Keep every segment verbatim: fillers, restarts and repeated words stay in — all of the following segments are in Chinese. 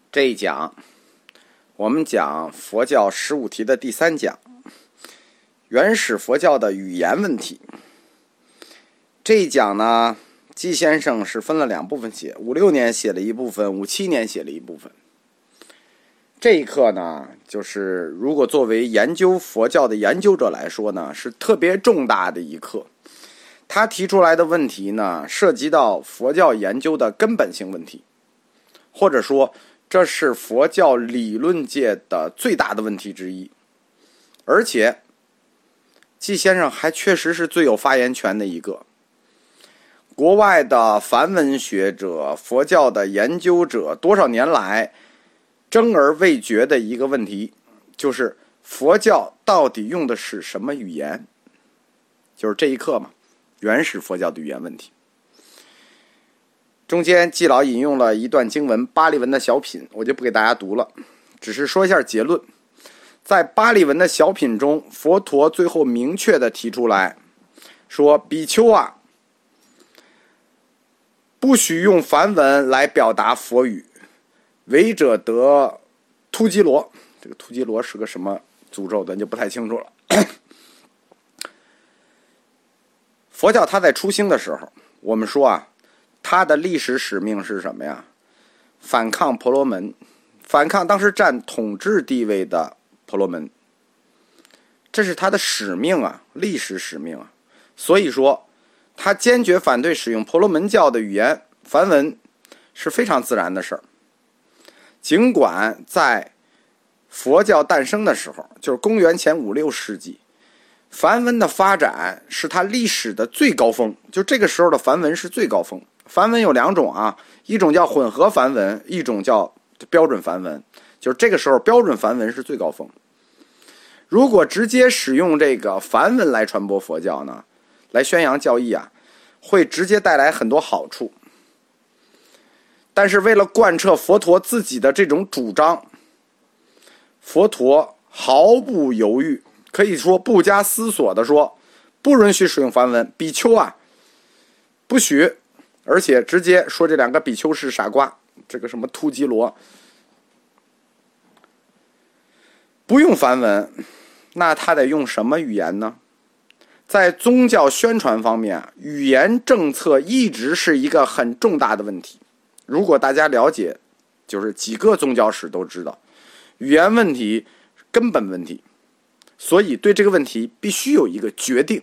这一讲我们讲佛教十五题的第三讲，原始佛教的语言问题。这一讲呢，季先生是分了两部分写，五六年写了一部分，五七年写了一部分。这一课呢，就是如果作为研究佛教的研究者来说呢，是特别重大的一课。他提出来的问题呢，涉及到佛教研究的根本性问题，或者说这是佛教理论界的最大的问题之一。而且季先生还确实是最有发言权的一个。国外的梵文学者、佛教的研究者多少年来争而未决的一个问题，就是佛教到底用的是什么语言？就是这一课嘛，原始佛教的语言问题。中间季老引用了一段经文，巴利文的小品，我就不给大家读了，只是说一下结论。在巴利文的小品中，佛陀最后明确地提出来说，比丘啊，不许用梵文来表达佛语，违者得突击罗。这个突击罗是个什么诅咒，咱就不太清楚了。佛教它在出兴的时候，我们说啊，它的历史使命是什么呀？反抗婆罗门，反抗当时占统治地位的婆罗门，这是它的使命啊，历史使命啊。所以说他坚决反对使用婆罗门教的语言梵文，是非常自然的事儿。尽管在佛教诞生的时候，就是公元前五六世纪，梵文的发展是它历史的最高峰，就这个时候的梵文是最高峰。梵文有两种啊，一种叫混合梵文，一种叫标准梵文，就是这个时候标准梵文是最高峰。如果直接使用这个梵文来传播佛教呢，来宣扬教义啊，会直接带来很多好处。但是为了贯彻佛陀自己的这种主张，佛陀毫不犹豫，可以说不加思索的说，不允许使用梵文，比丘啊不许，而且直接说这两个比丘是傻瓜，这个什么突击罗不用梵文，那他得用什么语言呢？在宗教宣传方面，语言政策一直是一个很重大的问题。如果大家了解，就是几个宗教史都知道，语言问题根本问题，所以对这个问题必须有一个决定。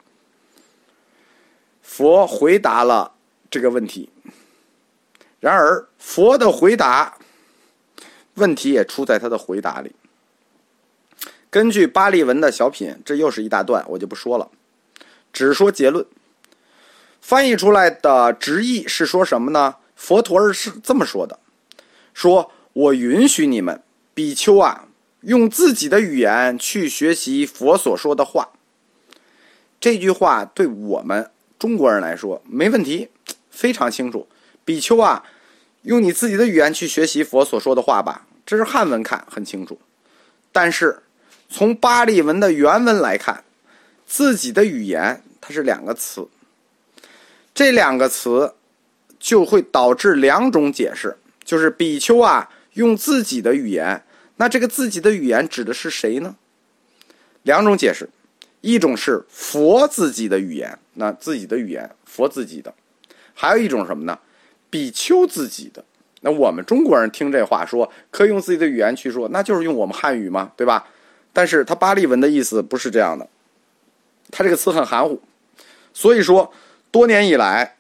佛回答了这个问题，然而佛的回答，问题也出在他的回答里。根据巴利文的小品，这又是一大段，我就不说了，只说结论。翻译出来的直译是说什么呢？佛陀是这么说的，说我允许你们比丘啊，用自己的语言去学习佛所说的话。这句话对我们中国人来说没问题，非常清楚。比丘啊，用你自己的语言去学习佛所说的话吧，这是汉文看很清楚。但是从巴利文的原文来看，自己的语言它是两个词，这两个词就会导致两种解释，就是比丘啊用自己的语言，那这个自己的语言指的是谁呢？两种解释，一种是佛自己的语言，那自己的语言佛自己的，还有一种什么呢？比丘自己的。那我们中国人听这话说可以用自己的语言去说，那就是用我们汉语嘛，对吧？但是他巴利文的意思不是这样的，他这个词很含糊。所以说多年以来，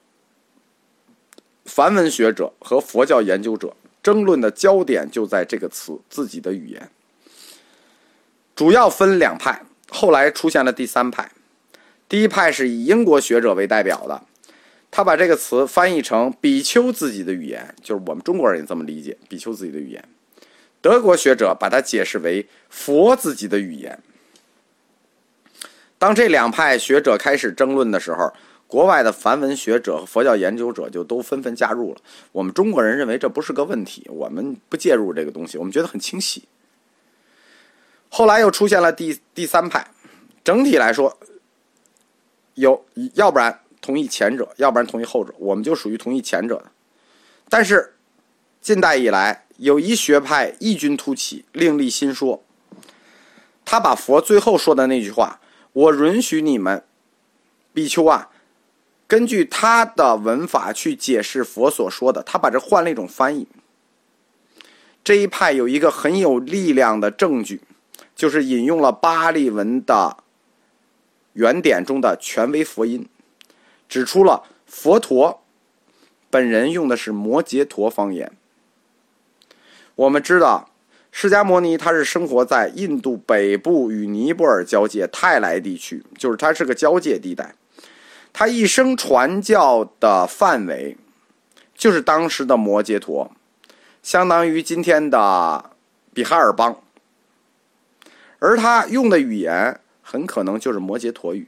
梵文学者和佛教研究者争论的焦点就在这个词自己的语言。主要分两派，后来出现了第三派。第一派是以英国学者为代表的，他把这个词翻译成比丘自己的语言，就是我们中国人也这么理解，比丘自己的语言。德国学者把它解释为佛自己的语言。当这两派学者开始争论的时候，国外的梵文学者和佛教研究者就都纷纷加入了。我们中国人认为这不是个问题，我们不介入这个东西，我们觉得很清晰。后来又出现了第第三派，整体来说，有要不然同意前者，要不然同意后者，我们就属于同意前者的。但是近代以来有一学派异军突起，另立新说。他把佛最后说的那句话，我允许你们比丘啊，根据他的文法去解释佛所说的，他把这换了一种翻译。这一派有一个很有力量的证据，就是引用了巴利文的原典中的权威佛音，指出了佛陀本人用的是摩羯陀方言。我们知道释迦牟尼他是生活在印度北部与尼泊尔交界泰来地区，就是他是个交界地带。他一生传教的范围就是当时的摩羯陀，相当于今天的比哈尔邦，而他用的语言很可能就是摩羯陀语。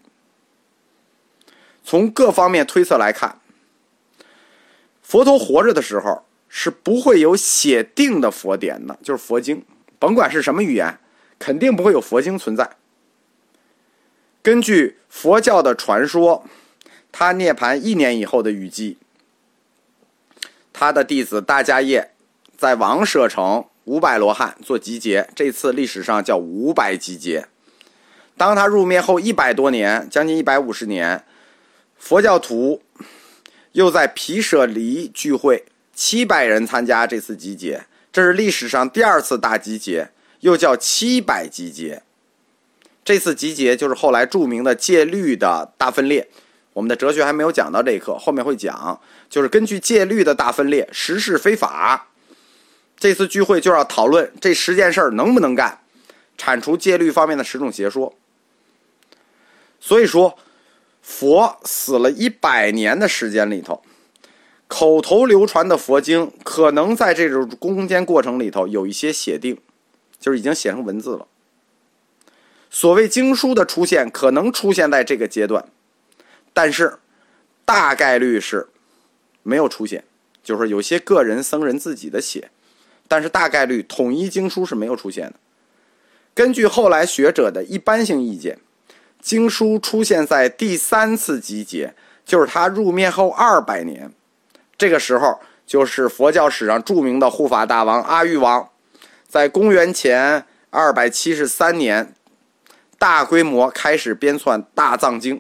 从各方面推测来看，佛陀活着的时候是不会有写定的佛典的，就是佛经，甭管是什么语言，肯定不会有佛经存在。根据佛教的传说，他涅槃一年以后的雨季，他的弟子大迦叶在王舍城五百罗汉做集结，这次历史上叫五百集结。当他入灭后一百多年，将近一百五十年，佛教徒又在毗舍离聚会，七百人参加这次集结，这是历史上第二次大集结，又叫七百集结。这次集结就是后来著名的戒律的大分裂。我们的哲学还没有讲到这一课，后面会讲，就是根据戒律的大分裂，实是非法。这次聚会就要讨论这十件事能不能干，铲除戒律方面的十种邪说。所以说佛死了一百年的时间里头，口头流传的佛经可能在这种中间过程里头有一些写定，就是已经写成文字了。所谓经书的出现可能出现在这个阶段，但是大概率是没有出现，就是有些个人僧人自己的写，但是大概率统一经书是没有出现的。根据后来学者的一般性意见，经书出现在第三次集结，就是他入灭后二百年，这个时候就是佛教史上著名的护法大王阿育王，在公元前二百七十三年大规模开始编纂大藏经。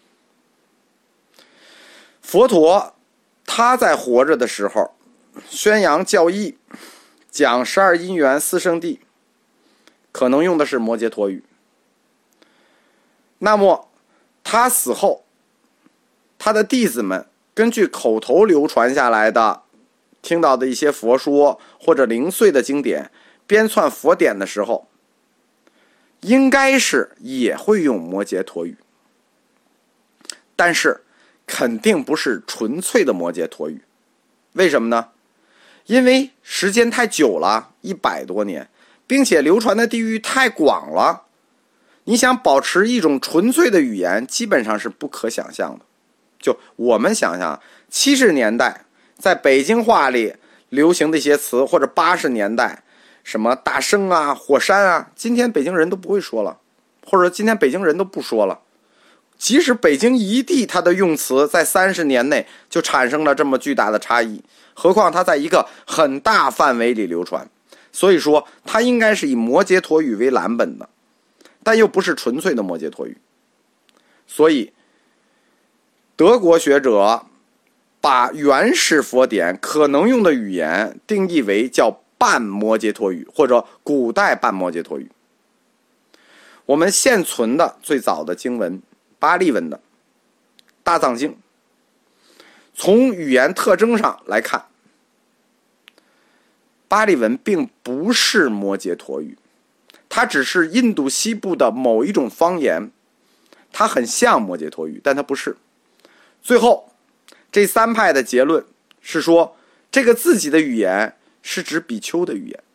佛陀他在活着的时候宣扬教义，讲十二因缘四圣谛，可能用的是摩羯陀语。那么他死后，他的弟子们根据口头流传下来的听到的一些佛说或者零碎的经典编纂佛典的时候，应该是也会用摩羯陀语，但是肯定不是纯粹的摩羯陀语。为什么呢？因为时间太久了，一百多年，并且流传的地域太广了，你想保持一种纯粹的语言基本上是不可想象的。就我们想想七十年代在北京话里流行的一些词，或者八十年代什么大圣啊火山啊，今天北京人都不会说了，或者今天北京人都不说了。即使北京一地它的用词在三十年内就产生了这么巨大的差异，何况它在一个很大范围里流传，所以说它应该是以摩羯陀语为蓝本的，但又不是纯粹的摩羯陀语。所以德国学者把原始佛典可能用的语言定义为叫半摩羯陀语，或者古代半摩羯陀语。我们现存的最早的经文巴利文的大藏经，从语言特征上来看，巴利文并不是摩羯陀语，它只是印度西部的某一种方言，它很像摩羯陀语，但它不是。最后这三派的结论是说，这个自己的语言是指比丘的语言。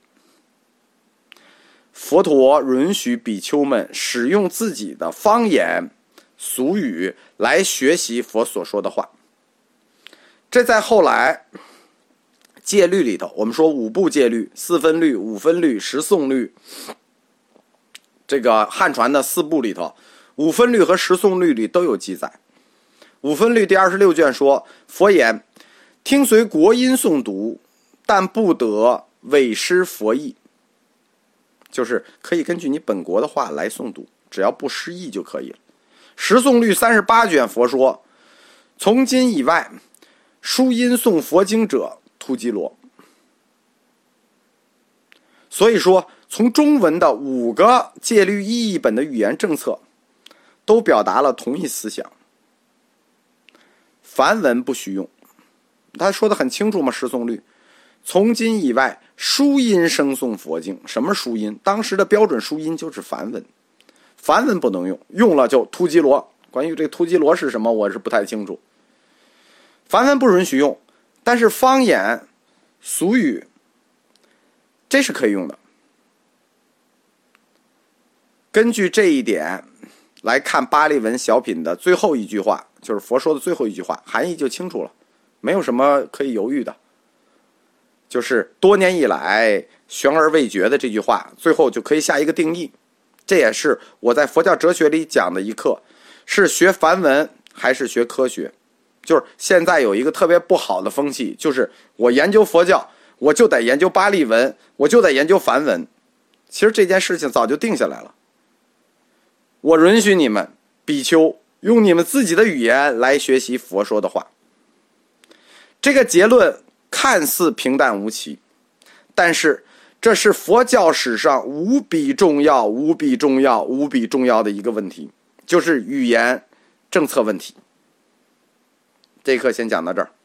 佛陀允许比丘们使用自己的方言俗语来学习佛所说的话。这在后来戒律里头，我们说五部戒律，四分律、五分律、十诵律，这个汉传的四部里头，五分律和十诵律里都有记载。五分律第二十六卷说，佛言：听随国音诵读，但不得伪诗佛意，就是可以根据你本国的话来诵读，只要不失意就可以了。十诵律三十八卷佛说，从今以外，书音诵佛经者突击罗。所以说，从中文的五个戒律意义本的语言政策，都表达了同一思想。梵文不许用，他说的很清楚嘛，十诵律。从今以外，书音声诵佛经。什么书音？当时的标准书音就是梵文，梵文不能用，用了就突击罗。关于这个突击罗是什么，我是不太清楚。梵文不允许用，但是方言、俗语，这是可以用的。根据这一点来看巴利文小品的最后一句话，就是佛说的最后一句话，含义就清楚了，没有什么可以犹豫的。就是多年以来悬而未决的这句话，最后就可以下一个定义。这也是我在佛教哲学里讲的一课，是学梵文还是学科学。就是现在有一个特别不好的风气，就是我研究佛教，我就得研究巴利文，我就得研究梵文。其实这件事情早就定下来了。我允许你们比丘用你们自己的语言来学习佛说的话。这个结论看似平淡无奇，但是这是佛教史上无比重要、无比重要、无比重要的一个问题，就是语言政策问题。这一课先讲到这儿。